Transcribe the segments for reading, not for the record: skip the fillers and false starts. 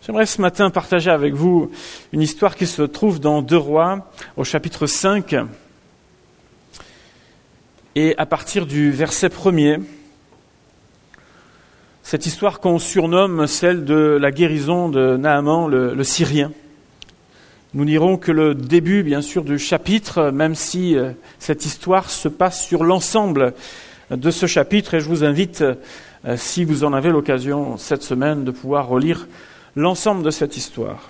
J'aimerais ce matin partager avec vous une histoire qui se trouve dans 2 Rois, au chapitre 5, et à partir du verset 1er. Cette histoire qu'on surnomme celle de la guérison de Naaman, le Syrien. Nous n'irons que le début, bien sûr, du chapitre, même si cette histoire se passe sur l'ensemble de ce chapitre. Et je vous invite, si vous en avez l'occasion cette semaine, de pouvoir relire l'ensemble de cette histoire.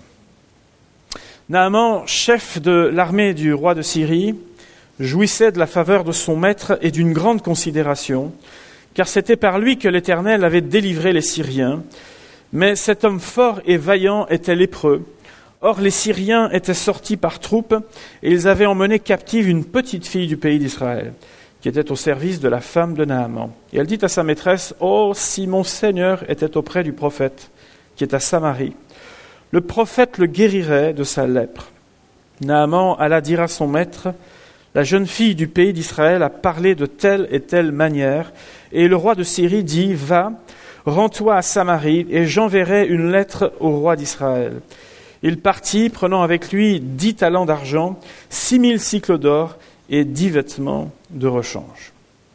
Naaman, chef de l'armée du roi de Syrie, jouissait de la faveur de son maître et d'une grande considération, car c'était par lui que l'Éternel avait délivré les Syriens. Mais cet homme fort et vaillant était lépreux. Or les Syriens étaient sortis par troupes, et ils avaient emmené captive une petite fille du pays d'Israël, qui était au service de la femme de Naaman. Et elle dit à sa maîtresse, « Oh, si mon Seigneur était auprès du prophète, qui est à Samarie, le prophète le guérirait de sa lèpre. » Naaman alla dire à son maître, « La jeune fille du pays d'Israël a parlé de telle et telle manière. » Et le roi de Syrie dit, « Va, rends-toi à Samarie, et j'enverrai une lettre au roi d'Israël. » Il partit, prenant avec lui 10 talents d'argent, 6000 cycles d'or et 10 vêtements de rechange.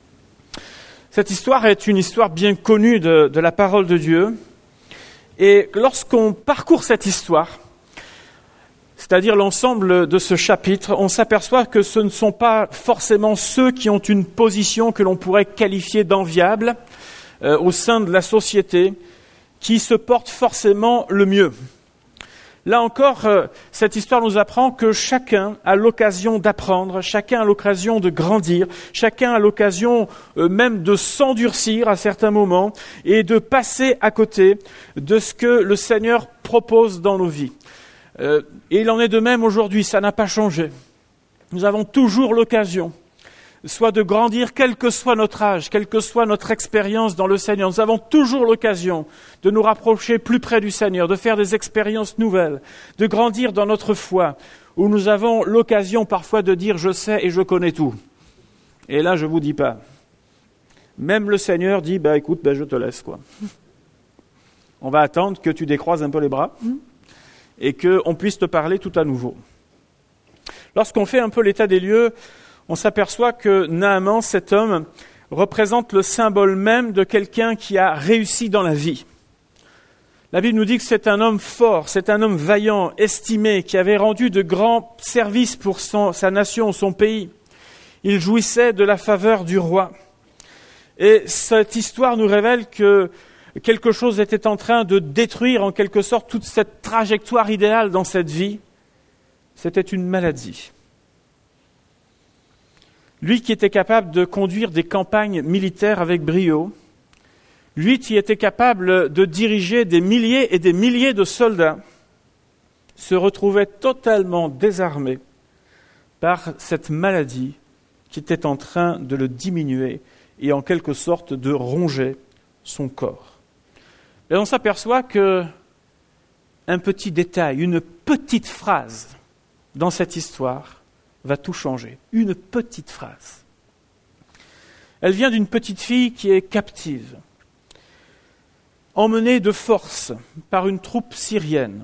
Cette histoire est une histoire bien connue de la parole de Dieu. Et lorsqu'on parcourt cette histoire, c'est-à-dire l'ensemble de ce chapitre, on s'aperçoit que ce ne sont pas forcément ceux qui ont une position que l'on pourrait qualifier d'enviable au sein de la société qui se portent forcément le mieux. Là encore, cette histoire nous apprend que chacun a l'occasion d'apprendre, chacun a l'occasion de grandir, chacun a l'occasion même de s'endurcir à certains moments et de passer à côté de ce que le Seigneur propose dans nos vies. Et il en est de même aujourd'hui, ça n'a pas changé. Nous avons toujours l'occasion, soit de grandir, quel que soit notre âge, quelle que soit notre expérience dans le Seigneur. Nous avons toujours l'occasion de nous rapprocher plus près du Seigneur, de faire des expériences nouvelles, de grandir dans notre foi, où nous avons l'occasion parfois de dire « je sais et je connais tout ». Et là, je ne vous dis pas. Même le Seigneur dit « écoute, je te laisse, quoi. » On va attendre que tu décroises un peu les bras et qu'on puisse te parler tout à nouveau. Lorsqu'on fait un peu l'état des lieux, on s'aperçoit que Naaman, cet homme, représente le symbole même de quelqu'un qui a réussi dans la vie. La Bible nous dit que c'est un homme fort, c'est un homme vaillant, estimé, qui avait rendu de grands services pour sa nation, son pays. Il jouissait de la faveur du roi. Et cette histoire nous révèle que quelque chose était en train de détruire en quelque sorte toute cette trajectoire idéale dans cette vie. C'était une maladie. Lui qui était capable de conduire des campagnes militaires avec brio, lui qui était capable de diriger des milliers et des milliers de soldats, se retrouvait totalement désarmé par cette maladie qui était en train de le diminuer et en quelque sorte de ronger son corps. Et on s'aperçoit que un petit détail, une petite phrase dans cette histoire va tout changer. Une petite phrase. Elle vient d'une petite fille qui est captive, emmenée de force par une troupe syrienne.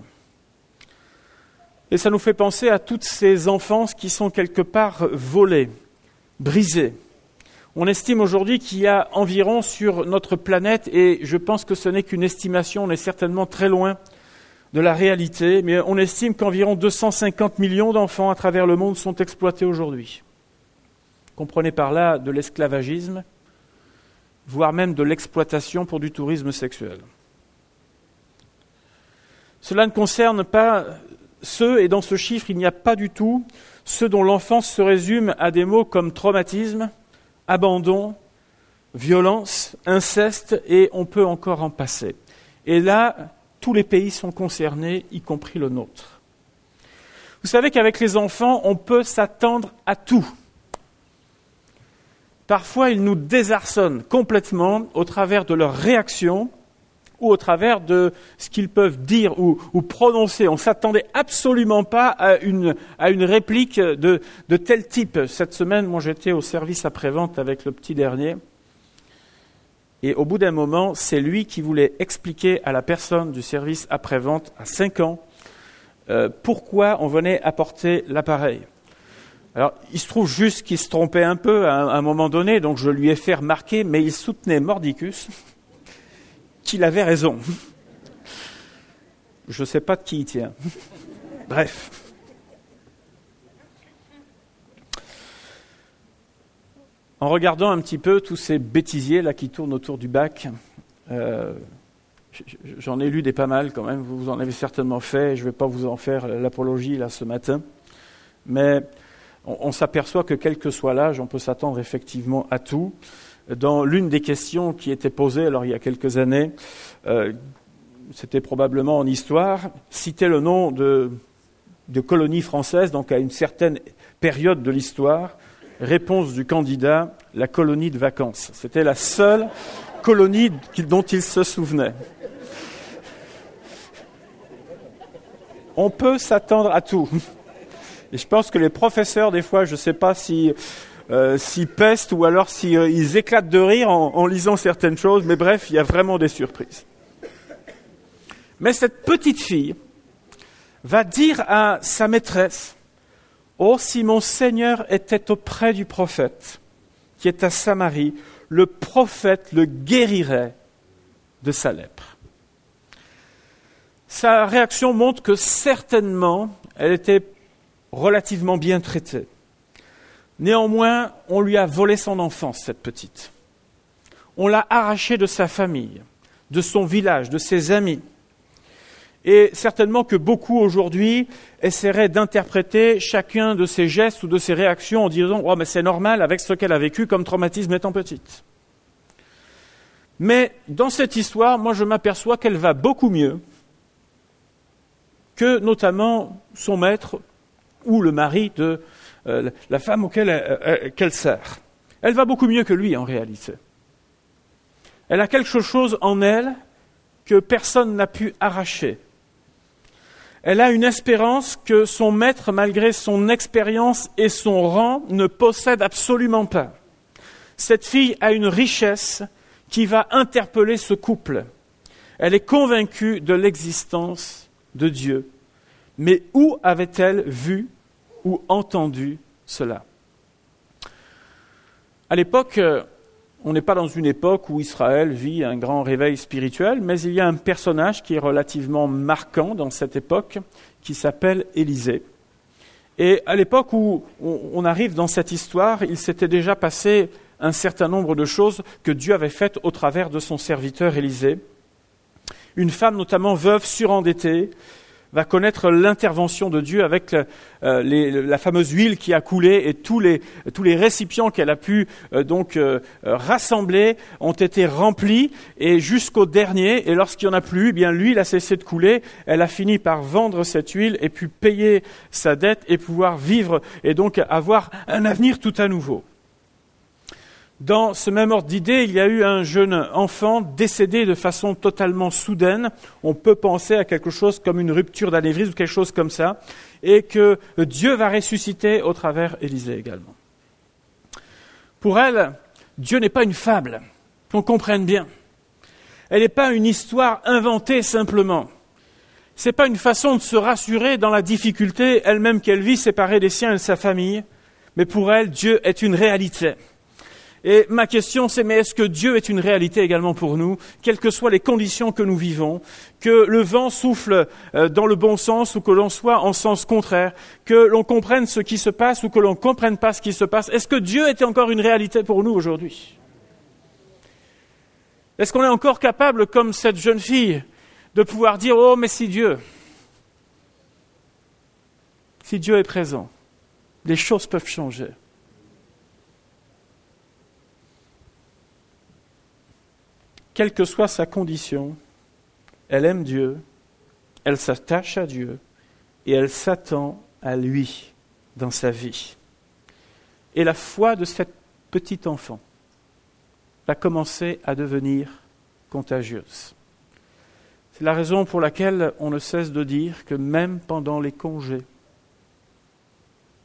Et ça nous fait penser à toutes ces enfances qui sont quelque part volées, brisées. On estime aujourd'hui qu'il y a environ sur notre planète, et je pense que ce n'est qu'une estimation, on est certainement très loin de la réalité, mais on estime qu'environ 250 millions d'enfants à travers le monde sont exploités aujourd'hui. Comprenez par là de l'esclavagisme, voire même de l'exploitation pour du tourisme sexuel. Cela ne concerne pas ceux, et dans ce chiffre, il n'y a pas du tout ceux dont l'enfance se résume à des mots comme traumatisme, abandon, violence, inceste, et on peut encore en passer. Et là, tous les pays sont concernés, y compris le nôtre. Vous savez qu'avec les enfants, on peut s'attendre à tout. Parfois, ils nous désarçonnent complètement au travers de leurs réactions ou au travers de ce qu'ils peuvent dire ou prononcer. On ne s'attendait absolument pas à une réplique de tel type. Cette semaine, moi j'étais au service après-vente avec le petit dernier. Et au bout d'un moment, c'est lui qui voulait expliquer à la personne du service après-vente à 5 ans pourquoi on venait apporter l'appareil. Alors, il se trouve juste qu'il se trompait un peu à un moment donné, donc je lui ai fait remarquer, mais il soutenait mordicus qu'il avait raison. Je ne sais pas de qui il tient. Bref. En regardant un petit peu tous ces bêtisiers là qui tournent autour du bac, j'en ai lu des pas mal quand même, vous en avez certainement fait, je ne vais pas vous en faire l'apologie là ce matin, mais on s'aperçoit que quel que soit l'âge, on peut s'attendre effectivement à tout. Dans l'une des questions qui était posée alors il y a quelques années, c'était probablement en histoire, citer le nom de colonies françaises, donc à une certaine période de l'histoire. Réponse du candidat, la colonie de vacances. C'était la seule colonie dont il se souvenait. On peut s'attendre à tout. Et je pense que les professeurs, des fois, je ne sais pas s'ils pestent ou alors s'ils éclatent de rire en lisant certaines choses, mais bref, il y a vraiment des surprises. Mais cette petite fille va dire à sa maîtresse, « Oh, si mon Seigneur était auprès du prophète, qui est à Samarie, le prophète le guérirait de sa lèpre. » Sa réaction montre que certainement, elle était relativement bien traitée. Néanmoins, on lui a volé son enfance, cette petite. On l'a arrachée de sa famille, de son village, de ses amis. Et certainement que beaucoup aujourd'hui essaieraient d'interpréter chacun de ses gestes ou de ses réactions en disant « Oh, mais c'est normal avec ce qu'elle a vécu comme traumatisme étant petite. » Mais dans cette histoire, moi je m'aperçois qu'elle va beaucoup mieux que notamment son maître ou le mari de la femme qu'elle sert. Elle va beaucoup mieux que lui en réalité. Elle a quelque chose en elle que personne n'a pu arracher. Elle a une espérance que son maître, malgré son expérience et son rang, ne possède absolument pas. Cette fille a une richesse qui va interpeller ce couple. Elle est convaincue de l'existence de Dieu. Mais où avait-elle vu ou entendu cela ? À l'époque, on n'est pas dans une époque où Israël vit un grand réveil spirituel, mais il y a un personnage qui est relativement marquant dans cette époque, qui s'appelle Élisée. Et à l'époque où on arrive dans cette histoire, il s'était déjà passé un certain nombre de choses que Dieu avait faites au travers de son serviteur Élisée. Une femme, notamment veuve, surendettée, va connaître l'intervention de Dieu avec la fameuse huile qui a coulé et tous les récipients qu'elle a pu rassembler ont été remplis et jusqu'au dernier. Et lorsqu'il n'y en a plus, eh bien l'huile a cessé de couler. Elle a fini par vendre cette huile et puis payer sa dette et pouvoir vivre et donc avoir un avenir tout à nouveau. Dans ce même ordre d'idée, il y a eu un jeune enfant décédé de façon totalement soudaine. On peut penser à quelque chose comme une rupture d'anévrisme ou quelque chose comme ça, et que Dieu va ressusciter au travers Élisée également. Pour elle, Dieu n'est pas une fable, qu'on comprenne bien. Elle n'est pas une histoire inventée simplement. Ce n'est pas une façon de se rassurer dans la difficulté elle-même qu'elle vit, séparée des siens et de sa famille, mais pour elle, Dieu est une réalité. Et ma question, c'est, mais est-ce que Dieu est une réalité également pour nous, quelles que soient les conditions que nous vivons, que le vent souffle dans le bon sens ou que l'on soit en sens contraire, que l'on comprenne ce qui se passe ou que l'on ne comprenne pas ce qui se passe. Est-ce que Dieu est encore une réalité pour nous aujourd'hui ? Est-ce qu'on est encore capable, comme cette jeune fille, de pouvoir dire « Oh, mais si Dieu est présent, les choses peuvent changer ». Quelle que soit sa condition, elle aime Dieu, elle s'attache à Dieu et elle s'attend à lui dans sa vie. Et la foi de cette petite enfant va commencer à devenir contagieuse. C'est la raison pour laquelle on ne cesse de dire que même pendant les congés,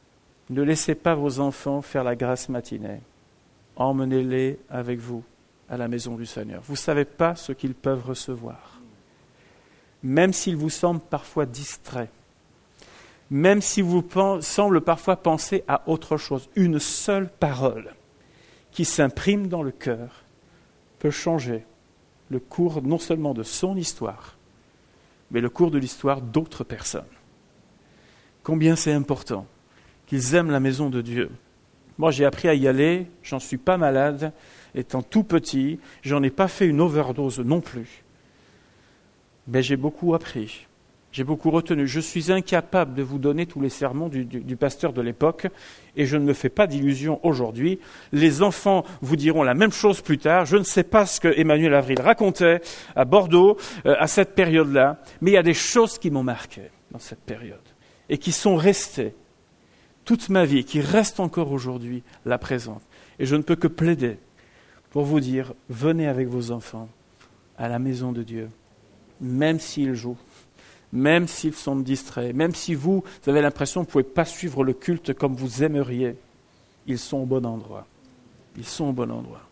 ne laissez pas vos enfants faire la grasse matinée. Emmenez-les avec vous à la maison du Seigneur. Vous ne savez pas ce qu'ils peuvent recevoir. Même s'ils vous semblent parfois distraits, même si vous semblez parfois penser à autre chose, une seule parole qui s'imprime dans le cœur peut changer le cours non seulement de son histoire, mais le cours de l'histoire d'autres personnes. Combien c'est important qu'ils aiment la maison de Dieu. Moi, j'ai appris à y aller, j'en suis pas malade, étant tout petit, j'en ai pas fait une overdose non plus. Mais j'ai beaucoup appris, j'ai beaucoup retenu. Je suis incapable de vous donner tous les sermons du pasteur de l'époque, et je ne me fais pas d'illusions aujourd'hui. Les enfants vous diront la même chose plus tard. Je ne sais pas ce que Emmanuel Avril racontait à Bordeaux à cette période-là, mais il y a des choses qui m'ont marqué dans cette période, et qui sont restées toute ma vie, qui restent encore aujourd'hui la présente. Et je ne peux que plaider pour vous dire, venez avec vos enfants à la maison de Dieu, même s'ils jouent, même s'ils sont distraits, même si vous avez l'impression que vous ne pouvez pas suivre le culte comme vous aimeriez, ils sont au bon endroit. Ils sont au bon endroit.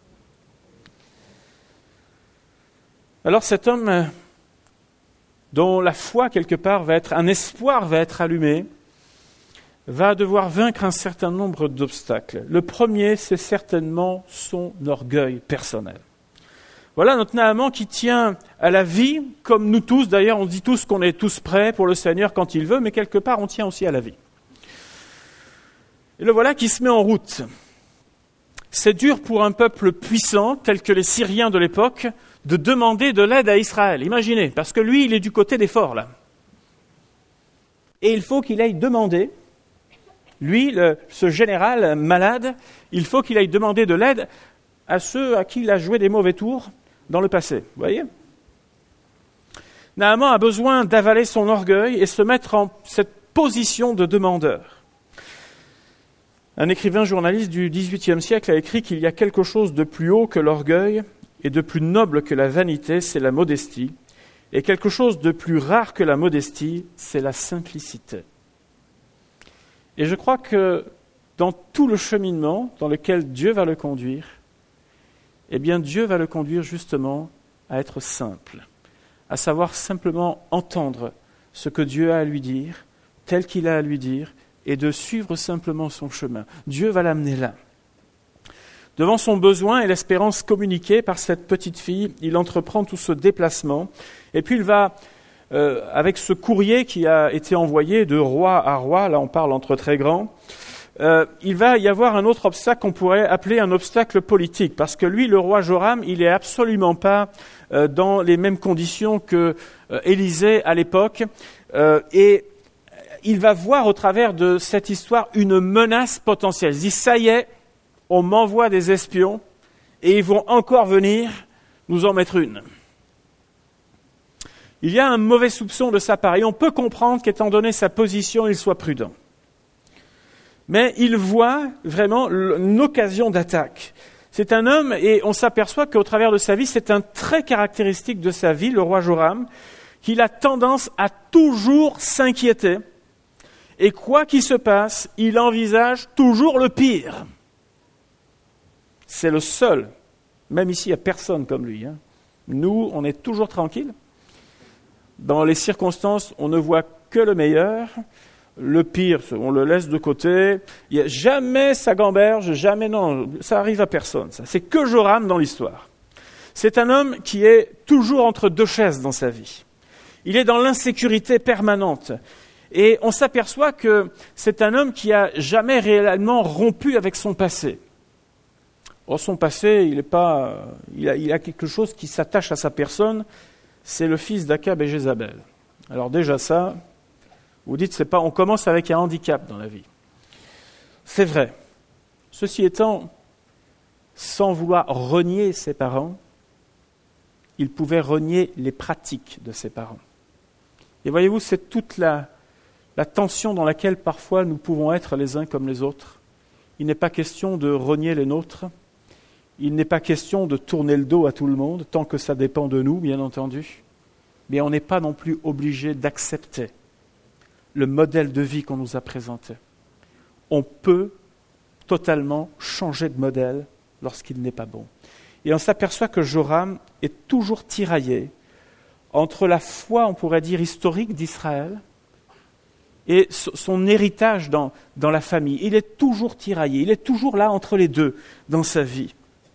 Alors cet homme, dont la foi quelque part un espoir va être allumé, va devoir vaincre un certain nombre d'obstacles. Le premier, c'est certainement son orgueil personnel. Voilà notre Naaman qui tient à la vie, comme nous tous. D'ailleurs, on dit tous qu'on est tous prêts pour le Seigneur quand il veut, mais quelque part, on tient aussi à la vie. Et le voilà qui se met en route. C'est dur pour un peuple puissant, tel que les Syriens de l'époque, de demander de l'aide à Israël. Imaginez, parce que lui, il est du côté des forts, là. Et il faut qu'il aille demander, lui, ce général malade, il faut qu'il aille demander de l'aide à ceux à qui il a joué des mauvais tours dans le passé. Vous voyez ? Naaman a besoin d'avaler son orgueil et se mettre en cette position de demandeur. Un écrivain journaliste du XVIIIe siècle a écrit qu'il y a quelque chose de plus haut que l'orgueil et de plus noble que la vanité, c'est la modestie. Et quelque chose de plus rare que la modestie, c'est la simplicité. Et je crois que dans tout le cheminement dans lequel Dieu va le conduire, eh bien Dieu va le conduire justement à être simple, à savoir simplement entendre ce que Dieu a à lui dire, tel qu'il a à lui dire, et de suivre simplement son chemin. Dieu va l'amener là. Devant son besoin et l'espérance communiquée par cette petite fille, il entreprend tout ce déplacement, et puis il va, avec ce courrier qui a été envoyé de roi à roi, là on parle entre très grands, il va y avoir un autre obstacle qu'on pourrait appeler un obstacle politique, parce que lui, le roi Joram, il n'est absolument pas dans les mêmes conditions que Élisée à l'époque, et il va voir au travers de cette histoire une menace potentielle. Il dit, ça y est, on m'envoie des espions, et ils vont encore venir nous en mettre une. Il y a un mauvais soupçon de sa part, et on peut comprendre qu'étant donné sa position, il soit prudent. Mais il voit vraiment une occasion d'attaque. C'est un homme, et on s'aperçoit qu'au travers de sa vie, c'est un trait caractéristique de sa vie, le roi Joram, qu'il a tendance à toujours s'inquiéter. Et quoi qu'il se passe, il envisage toujours le pire. C'est le seul. Même ici, il n'y a personne comme lui. Nous, on est toujours tranquille. Dans les circonstances, on ne voit que le meilleur. Le pire, on le laisse de côté. Il y a jamais ça gamberge, jamais non. Ça arrive à personne. Ça. C'est que Joram dans l'histoire. C'est un homme qui est toujours entre deux chaises dans sa vie. Il est dans l'insécurité permanente. Et on s'aperçoit que c'est un homme qui n'a jamais réellement rompu avec son passé. Or, son passé, il a quelque chose qui s'attache à sa personne. C'est le fils d'Akab et Jézabel. Alors déjà ça, vous dites, on commence avec un handicap dans la vie. C'est vrai. Ceci étant, sans vouloir renier ses parents, il pouvait renier les pratiques de ses parents. Et voyez-vous, c'est toute la tension dans laquelle parfois nous pouvons être les uns comme les autres. Il n'est pas question de renier les nôtres. Il n'est pas question de tourner le dos à tout le monde, tant que ça dépend de nous, bien entendu. Mais on n'est pas non plus obligé d'accepter le modèle de vie qu'on nous a présenté. On peut totalement changer de modèle lorsqu'il n'est pas bon. Et on s'aperçoit que Joram est toujours tiraillé entre la foi, on pourrait dire, historique d'Israël et son héritage dans la famille. Il est toujours tiraillé, il est toujours là entre les deux dans sa vie.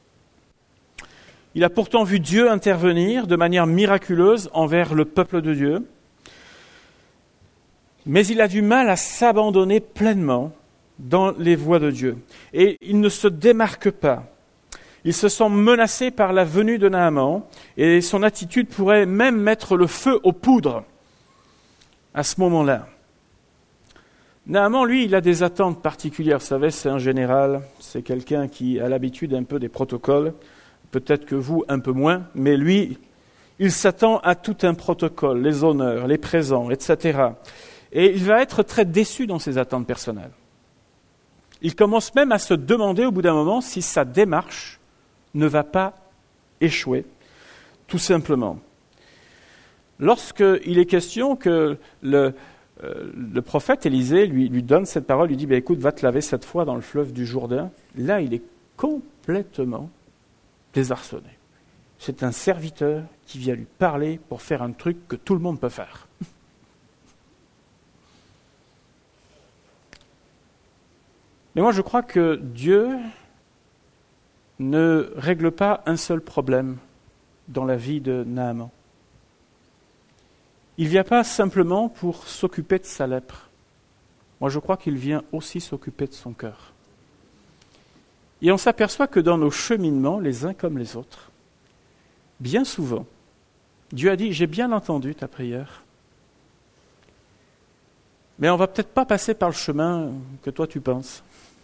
Il a pourtant vu Dieu intervenir de manière miraculeuse envers le peuple de Dieu, mais il a du mal à s'abandonner pleinement dans les voies de Dieu. Et il ne se démarque pas. Il se sent menacé par la venue de Naaman, et son attitude pourrait même mettre le feu aux poudres à ce moment-là. Naaman, lui, il a des attentes particulières. Vous savez, c'est un général, c'est quelqu'un qui a l'habitude un peu des protocoles. Peut-être que vous, un peu moins, mais lui, il s'attend à tout un protocole, les honneurs, les présents, etc. Et il va être très déçu dans ses attentes personnelles. Il commence même à se demander au bout d'un moment si sa démarche ne va pas échouer, tout simplement. Lorsqu'il est question que le prophète Élisée lui donne cette parole, lui dit écoute, va te laver 7 fois dans le fleuve du Jourdain, là il est complètement désarçonné. C'est un serviteur qui vient lui parler pour faire un truc que tout le monde peut faire. Mais moi je crois que Dieu ne règle pas un seul problème dans la vie de Naaman. Il ne vient pas simplement pour s'occuper de sa lèpre. Moi je crois qu'il vient aussi s'occuper de son cœur. Et on s'aperçoit que dans nos cheminements, les uns comme les autres, bien souvent, Dieu a dit « J'ai bien entendu ta prière, mais on ne va peut-être pas passer par le chemin que toi tu penses.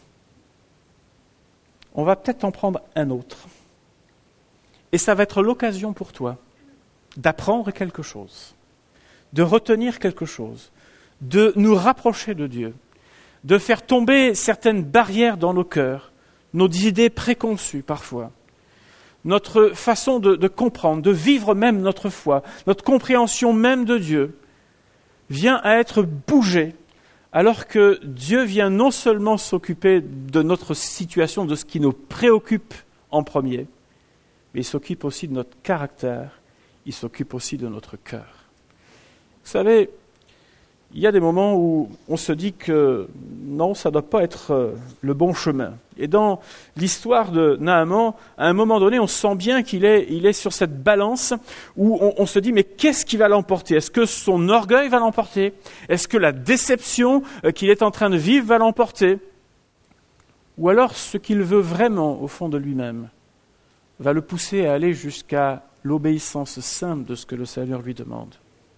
On va peut-être en prendre un autre. Et ça va être l'occasion pour toi d'apprendre quelque chose, de retenir quelque chose, de nous rapprocher de Dieu, de faire tomber certaines barrières dans nos cœurs, nos idées préconçues parfois, notre façon de comprendre, de vivre même notre foi, notre compréhension même de Dieu, vient à être bougée, alors que Dieu vient non seulement s'occuper de notre situation, de ce qui nous préoccupe en premier, mais il s'occupe aussi de notre caractère, il s'occupe aussi de notre cœur. Vous savez, il y a des moments où on se dit que non, ça ne doit pas être le bon chemin. Et dans l'histoire de Naaman, à un moment donné, on sent bien qu'il est sur cette balance où on se dit, mais qu'est-ce qui va l'emporter ? Est-ce que son orgueil va l'emporter ? Est-ce que la déception qu'il est en train de vivre va l'emporter ? Ou alors ce qu'il veut vraiment au fond de lui-même va le pousser à aller jusqu'à l'obéissance simple de ce que le Seigneur lui demande.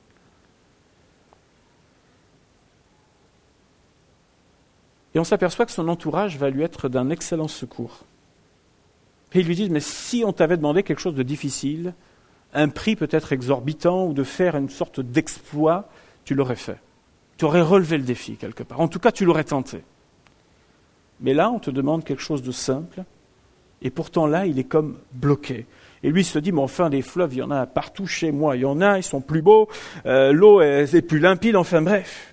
Et on s'aperçoit que son entourage va lui être d'un excellent secours. Et ils lui disent, mais si on t'avait demandé quelque chose de difficile, un prix peut-être exorbitant, ou de faire une sorte d'exploit, tu l'aurais fait. Tu aurais relevé le défi quelque part. En tout cas, tu l'aurais tenté. Mais là, on te demande quelque chose de simple, et pourtant là, il est comme bloqué. Et lui se dit, mais enfin, des fleuves, il y en a partout chez moi. Il y en a, ils sont plus beaux, l'eau est plus limpide, enfin bref.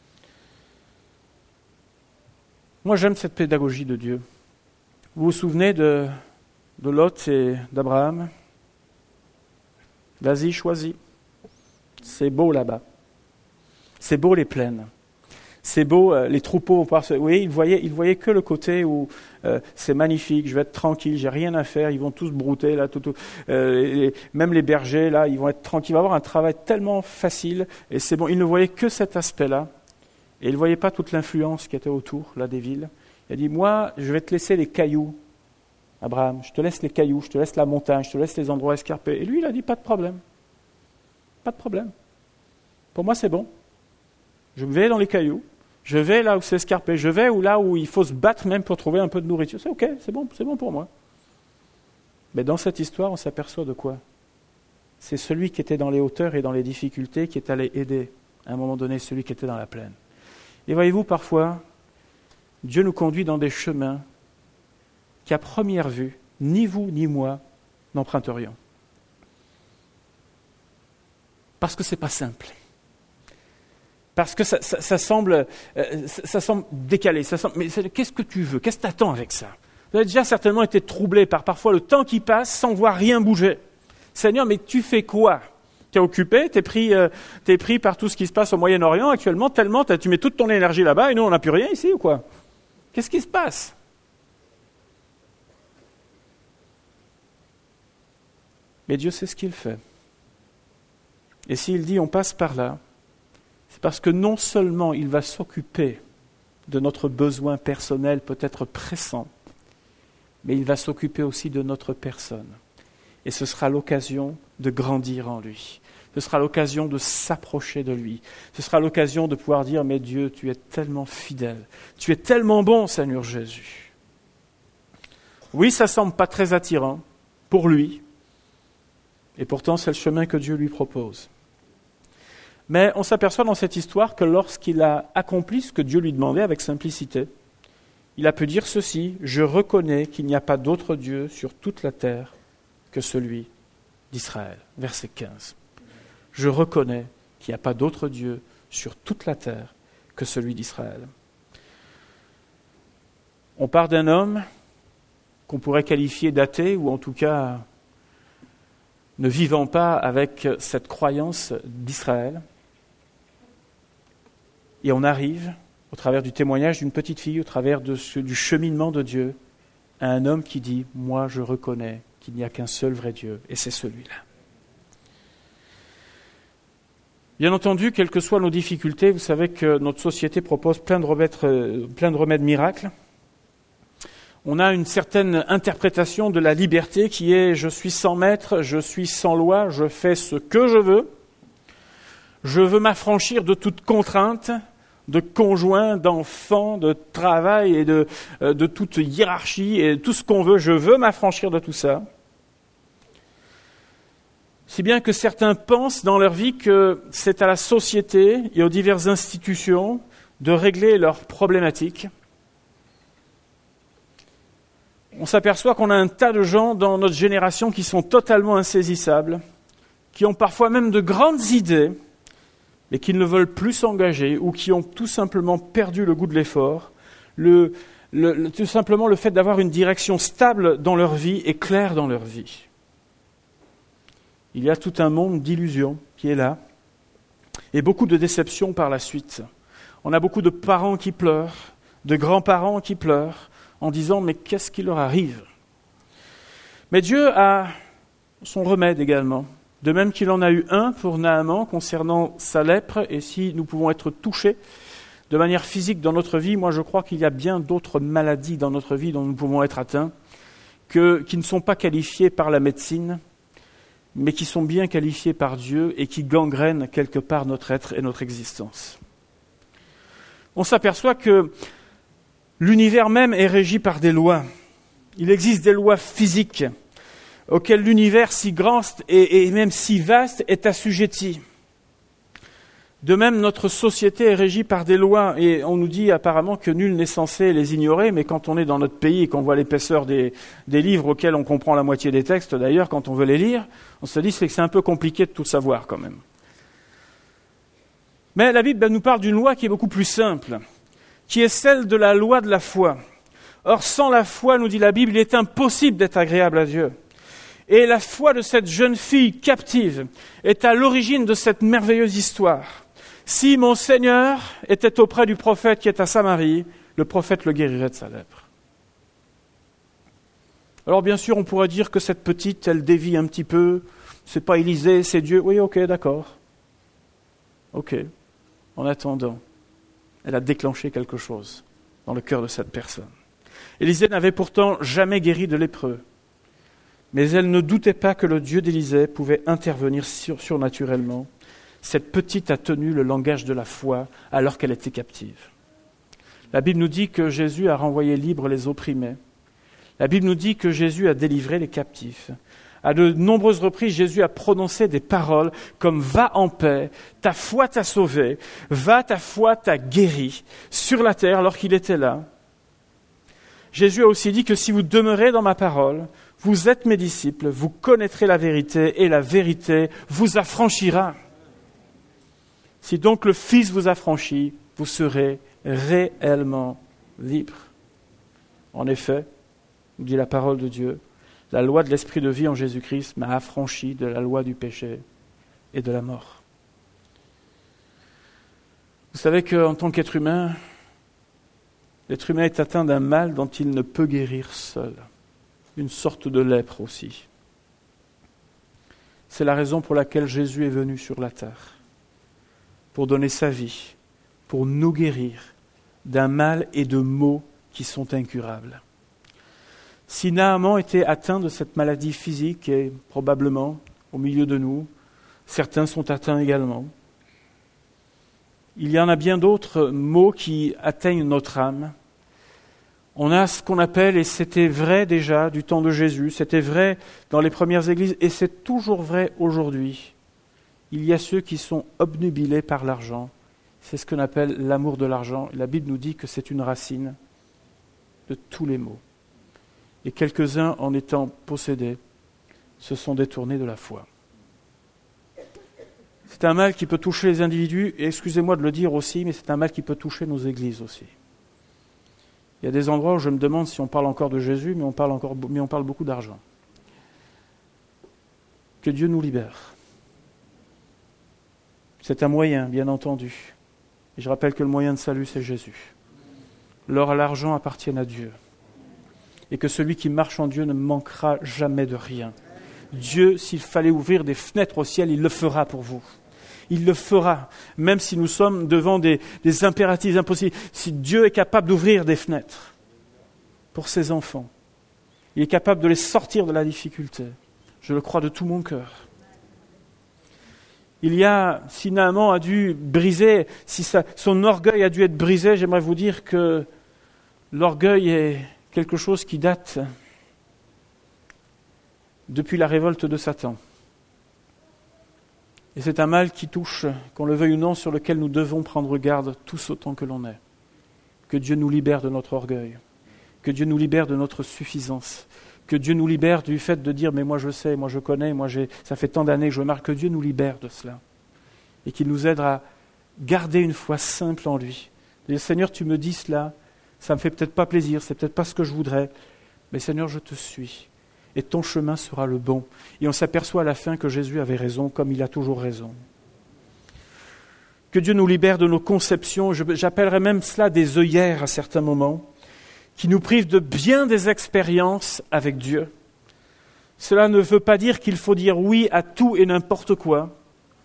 Moi, j'aime cette pédagogie de Dieu. Vous vous souvenez de Lot et d'Abraham ? Vas-y, choisis. C'est beau là-bas. C'est beau les plaines. C'est beau les troupeaux. Oui, il voyait que le côté où c'est magnifique, je vais être tranquille, j'ai rien à faire, ils vont tous brouter là, même les bergers là, ils vont être tranquilles, ils vont avoir un travail tellement facile et c'est bon. Il ne voyait que cet aspect-là. Et il ne voyait pas toute l'influence qui était autour là, des villes. Il a dit, moi, je vais te laisser les cailloux, Abraham. Je te laisse les cailloux, je te laisse la montagne, je te laisse les endroits escarpés. Et lui, il a dit, pas de problème. Pas de problème. Pour moi, c'est bon. Je vais dans les cailloux, je vais là où c'est escarpé, je vais là où il faut se battre même pour trouver un peu de nourriture. C'est ok, c'est bon pour moi. Mais dans cette histoire, on s'aperçoit de quoi ? C'est celui qui était dans les hauteurs et dans les difficultés qui est allé aider, à un moment donné, celui qui était dans la plaine. Et voyez-vous, parfois, Dieu nous conduit dans des chemins qu'à première vue, ni vous ni moi n'emprunterions. Parce que ce n'est pas simple. Parce que ça semble décalé. Mais qu'est-ce que tu veux ? Qu'est-ce que tu attends avec ça ? Vous avez déjà certainement été troublé par parfois le temps qui passe sans voir rien bouger. Seigneur, mais tu fais quoi? Tu es occupé, tu es pris par tout ce qui se passe au Moyen-Orient actuellement, tellement tu mets toute ton énergie là-bas et nous on n'a plus rien ici ou quoi? Qu'est-ce qui se passe? Mais Dieu sait ce qu'il fait. Et s'il dit on passe par là, c'est parce que non seulement il va s'occuper de notre besoin personnel peut-être pressant, mais il va s'occuper aussi de notre personne. Et ce sera l'occasion de grandir en lui. Ce sera l'occasion de s'approcher de lui. Ce sera l'occasion de pouvoir dire « Mais Dieu, tu es tellement fidèle. Tu es tellement bon, Seigneur Jésus. » Oui, ça ne semble pas très attirant pour lui. Et pourtant, c'est le chemin que Dieu lui propose. Mais on s'aperçoit dans cette histoire que lorsqu'il a accompli ce que Dieu lui demandait avec simplicité, il a pu dire ceci, « Je reconnais qu'il n'y a pas d'autre Dieu sur toute la terre que celui d'Israël. » Verset 15. « Je reconnais qu'il n'y a pas d'autre Dieu sur toute la terre que celui d'Israël. » On part d'un homme qu'on pourrait qualifier d'athée, ou en tout cas ne vivant pas avec cette croyance d'Israël. Et on arrive, au travers du témoignage d'une petite fille, au travers du cheminement de Dieu, à un homme qui dit « Moi, je reconnais qu'il n'y a qu'un seul vrai Dieu, et c'est celui-là. » Bien entendu, quelles que soient nos difficultés, vous savez que notre société propose plein de remèdes miracles. On a une certaine interprétation de la liberté qui est « je suis sans maître, je suis sans loi, je fais ce que je veux m'affranchir de toute contrainte, de conjoint, d'enfant, de travail et de toute hiérarchie et tout ce qu'on veut, je veux m'affranchir de tout ça. » Si bien que certains pensent dans leur vie que c'est à la société et aux diverses institutions de régler leurs problématiques. On s'aperçoit qu'on a un tas de gens dans notre génération qui sont totalement insaisissables, qui ont parfois même de grandes idées, mais qui ne veulent plus s'engager ou qui ont tout simplement perdu le goût de l'effort, tout simplement le fait d'avoir une direction stable dans leur vie et claire dans leur vie. Il y a tout un monde d'illusions qui est là et beaucoup de déceptions par la suite. On a beaucoup de parents qui pleurent, de grands-parents qui pleurent en disant « mais qu'est-ce qui leur arrive ?» Mais Dieu a son remède également. De même qu'il en a eu un pour Naaman concernant sa lèpre, et si nous pouvons être touchés de manière physique dans notre vie, moi je crois qu'il y a bien d'autres maladies dans notre vie dont nous pouvons être atteints, qui ne sont pas qualifiées par la médecine, mais qui sont bien qualifiées par Dieu et qui gangrènent quelque part notre être et notre existence. On s'aperçoit que l'univers même est régi par des lois. Il existe des lois physiques auxquelles l'univers si grand et même si vaste est assujetti. De même, notre société est régie par des lois et on nous dit apparemment que nul n'est censé les ignorer, mais quand on est dans notre pays et qu'on voit l'épaisseur des livres auxquels on comprend la moitié des textes, d'ailleurs, quand on veut les lire, on se dit que c'est un peu compliqué de tout savoir quand même. Mais la Bible nous parle d'une loi qui est beaucoup plus simple, qui est celle de la loi de la foi. Or, sans la foi, nous dit la Bible, il est impossible d'être agréable à Dieu. Et la foi de cette jeune fille captive est à l'origine de cette merveilleuse histoire. Si mon Seigneur était auprès du prophète qui est à Samarie, le prophète le guérirait de sa lèpre. Alors bien sûr, on pourrait dire que cette petite, elle dévie un petit peu, c'est pas Élisée, c'est Dieu. Oui, ok, d'accord. Ok. En attendant, elle a déclenché quelque chose dans le cœur de cette personne. Élisée n'avait pourtant jamais guéri de lépreux, mais elle ne doutait pas que le Dieu d'Élisée pouvait intervenir surnaturellement. Cette petite a tenu le langage de la foi alors qu'elle était captive. La Bible nous dit que Jésus a renvoyé libres les opprimés. La Bible nous dit que Jésus a délivré les captifs. À de nombreuses reprises, Jésus a prononcé des paroles comme « Va en paix, ta foi t'a sauvé, va, ta foi t'a guéri » sur la terre alors qu'il était là. Jésus a aussi dit que si vous demeurez dans ma parole, vous êtes mes disciples, vous connaîtrez la vérité et la vérité vous affranchira. Si donc le Fils vous affranchit, vous serez réellement libre. En effet, nous dit la parole de Dieu. La loi de l'esprit de vie en Jésus-Christ m'a affranchi de la loi du péché et de la mort. Vous savez qu'en tant qu'être humain, l'être humain est atteint d'un mal dont il ne peut guérir seul, une sorte de lèpre aussi. C'est la raison pour laquelle Jésus est venu sur la terre, pour donner sa vie, pour nous guérir d'un mal et de maux qui sont incurables. Si Naaman était atteint de cette maladie physique, et probablement au milieu de nous, certains sont atteints également, il y en a bien d'autres maux qui atteignent notre âme. On a ce qu'on appelle, et c'était vrai déjà du temps de Jésus, c'était vrai dans les premières églises, et c'est toujours vrai aujourd'hui. Il y a ceux qui sont obnubilés par l'argent. C'est ce qu'on appelle l'amour de l'argent. La Bible nous dit que c'est une racine de tous les maux. Et quelques-uns, en étant possédés, se sont détournés de la foi. C'est un mal qui peut toucher les individus, et excusez-moi de le dire aussi, mais c'est un mal qui peut toucher nos églises aussi. Il y a des endroits où je me demande si on parle encore de Jésus, mais on parle beaucoup d'argent. Que Dieu nous libère. C'est un moyen, bien entendu. Et je rappelle que le moyen de salut, c'est Jésus. L'or et l'argent appartiennent à Dieu. Et que celui qui marche en Dieu ne manquera jamais de rien. Dieu, s'il fallait ouvrir des fenêtres au ciel, il le fera pour vous. Il le fera, même si nous sommes devant des impératifs impossibles. Si Dieu est capable d'ouvrir des fenêtres pour ses enfants, il est capable de les sortir de la difficulté. Je le crois de tout mon cœur. Si Naaman a dû briser, si son orgueil a dû être brisé, j'aimerais vous dire que l'orgueil est quelque chose qui date depuis la révolte de Satan. Et c'est un mal qui touche, qu'on le veuille ou non, sur lequel nous devons prendre garde tous autant que l'on est. Que Dieu nous libère de notre orgueil, que Dieu nous libère de notre suffisance, que Dieu nous libère du fait de dire « mais moi je sais, moi je connais, ça fait tant d'années que je marche », que Dieu nous libère de cela et qu'il nous aide à garder une foi simple en lui. Dire « Seigneur, tu me dis cela, ça ne me fait peut-être pas plaisir, c'est peut-être pas ce que je voudrais, mais Seigneur, je te suis. » Et ton chemin sera le bon. Et on s'aperçoit à la fin que Jésus avait raison, comme il a toujours raison. Que Dieu nous libère de nos conceptions, j'appellerais même cela des œillères à certains moments, qui nous privent de bien des expériences avec Dieu. Cela ne veut pas dire qu'il faut dire oui à tout et n'importe quoi.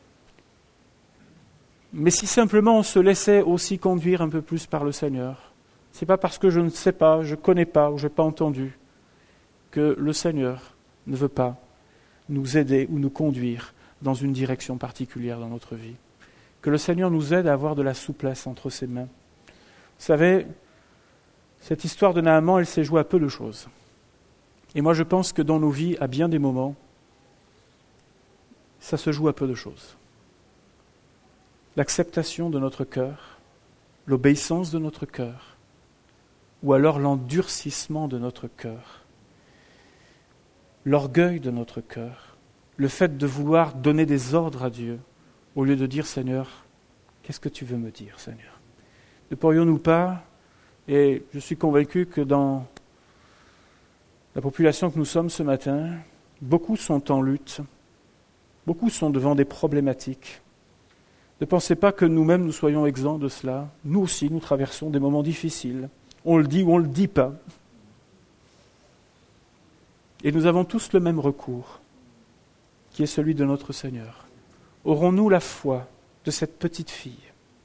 Mais si simplement on se laissait aussi conduire un peu plus par le Seigneur, c'est pas parce que je ne sais pas, je ne connais pas ou je n'ai pas entendu, que le Seigneur ne veut pas nous aider ou nous conduire dans une direction particulière dans notre vie. Que le Seigneur nous aide à avoir de la souplesse entre ses mains. Vous savez, cette histoire de Naaman, elle s'est jouée à peu de choses. Et moi je pense que dans nos vies, à bien des moments, ça se joue à peu de choses. L'acceptation de notre cœur, l'obéissance de notre cœur, ou alors l'endurcissement de notre cœur. L'orgueil de notre cœur, le fait de vouloir donner des ordres à Dieu, au lieu de dire « Seigneur, qu'est-ce que tu veux me dire, Seigneur ?» Ne pourrions-nous pas, et je suis convaincu que dans la population que nous sommes ce matin, beaucoup sont en lutte, beaucoup sont devant des problématiques. Ne pensez pas que nous-mêmes nous soyons exempts de cela. Nous aussi, nous traversons des moments difficiles. On le dit ou on ne le dit pas. Et nous avons tous le même recours, qui est celui de notre Seigneur. Aurons-nous la foi de cette petite fille ?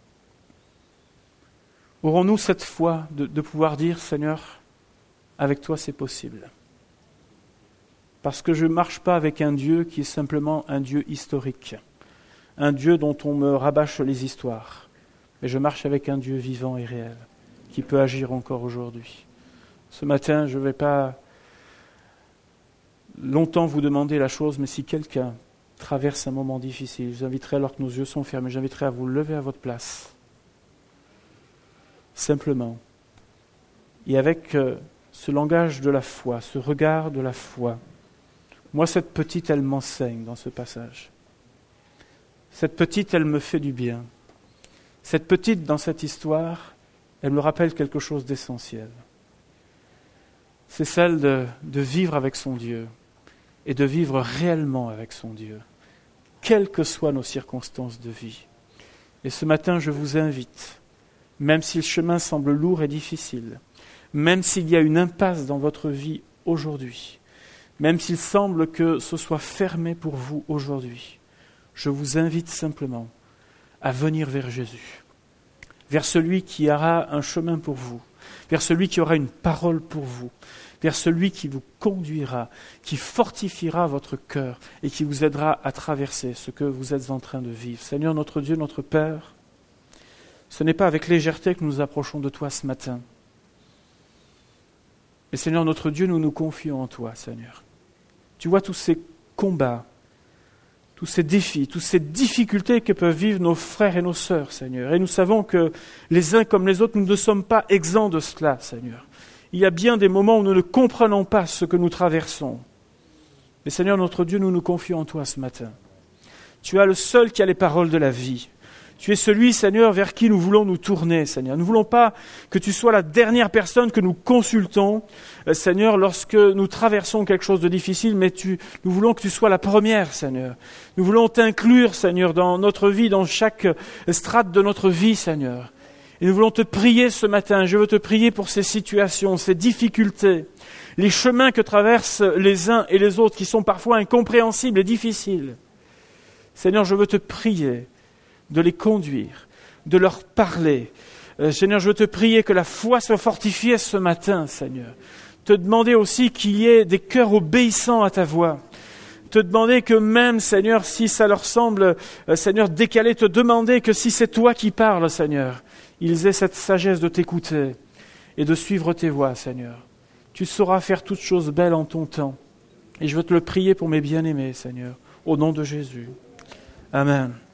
Aurons-nous cette foi de pouvoir dire « Seigneur, avec toi c'est possible ». Parce que je ne marche pas avec un Dieu qui est simplement un Dieu historique, un Dieu dont on me rabâche les histoires, mais je marche avec un Dieu vivant et réel, qui peut agir encore aujourd'hui. Ce matin, je ne vais pas longtemps vous demander la chose, mais si quelqu'un traverse un moment difficile, je vous inviterai, alors que nos yeux sont fermés, j'inviterai à vous lever à votre place, simplement, et avec ce langage de la foi, ce regard de la foi. Moi, cette petite, elle m'enseigne dans ce passage. Cette petite, elle me fait du bien. Cette petite, dans cette histoire, elle me rappelle quelque chose d'essentiel. c'est celle de vivre avec son Dieu et de vivre réellement avec son Dieu, quelles que soient nos circonstances de vie. Et ce matin, je vous invite, même si le chemin semble lourd et difficile, même s'il y a une impasse dans votre vie aujourd'hui, même s'il semble que ce soit fermé pour vous aujourd'hui, je vous invite simplement à venir vers Jésus, vers celui qui aura un chemin pour vous, vers celui qui aura une parole pour vous, vers celui qui vous conduira, qui fortifiera votre cœur et qui vous aidera à traverser ce que vous êtes en train de vivre. Seigneur notre Dieu, notre Père, ce n'est pas avec légèreté que nous nous approchons de toi ce matin. Mais Seigneur notre Dieu, nous nous confions en toi, Seigneur. Tu vois tous ces combats, tous ces défis, toutes ces difficultés que peuvent vivre nos frères et nos sœurs, Seigneur. Et nous savons que les uns comme les autres, nous ne sommes pas exempts de cela, Seigneur. Il y a bien des moments où nous ne comprenons pas ce que nous traversons. Mais Seigneur notre Dieu, nous nous confions en toi ce matin. Tu es le seul qui a les paroles de la vie. Tu es celui, Seigneur, vers qui nous voulons nous tourner, Seigneur. Nous ne voulons pas que tu sois la dernière personne que nous consultons, Seigneur, lorsque nous traversons quelque chose de difficile, mais nous voulons que tu sois la première, Seigneur. Nous voulons t'inclure, Seigneur, dans notre vie, dans chaque strate de notre vie, Seigneur. Et nous voulons te prier ce matin. Je veux te prier pour ces situations, ces difficultés, les chemins que traversent les uns et les autres qui sont parfois incompréhensibles et difficiles. Seigneur, je veux te prier de les conduire, de leur parler. Seigneur, je veux te prier que la foi soit fortifiée ce matin, Seigneur. Te demander aussi qu'il y ait des cœurs obéissants à ta voix. Te demander que même, Seigneur, si ça leur semble, Seigneur, décalé, te demander que si c'est toi qui parles, Seigneur, ils aient cette sagesse de t'écouter et de suivre tes voies, Seigneur. Tu sauras faire toutes choses belles en ton temps. Et je veux te le prier pour mes bien-aimés, Seigneur, au nom de Jésus. Amen.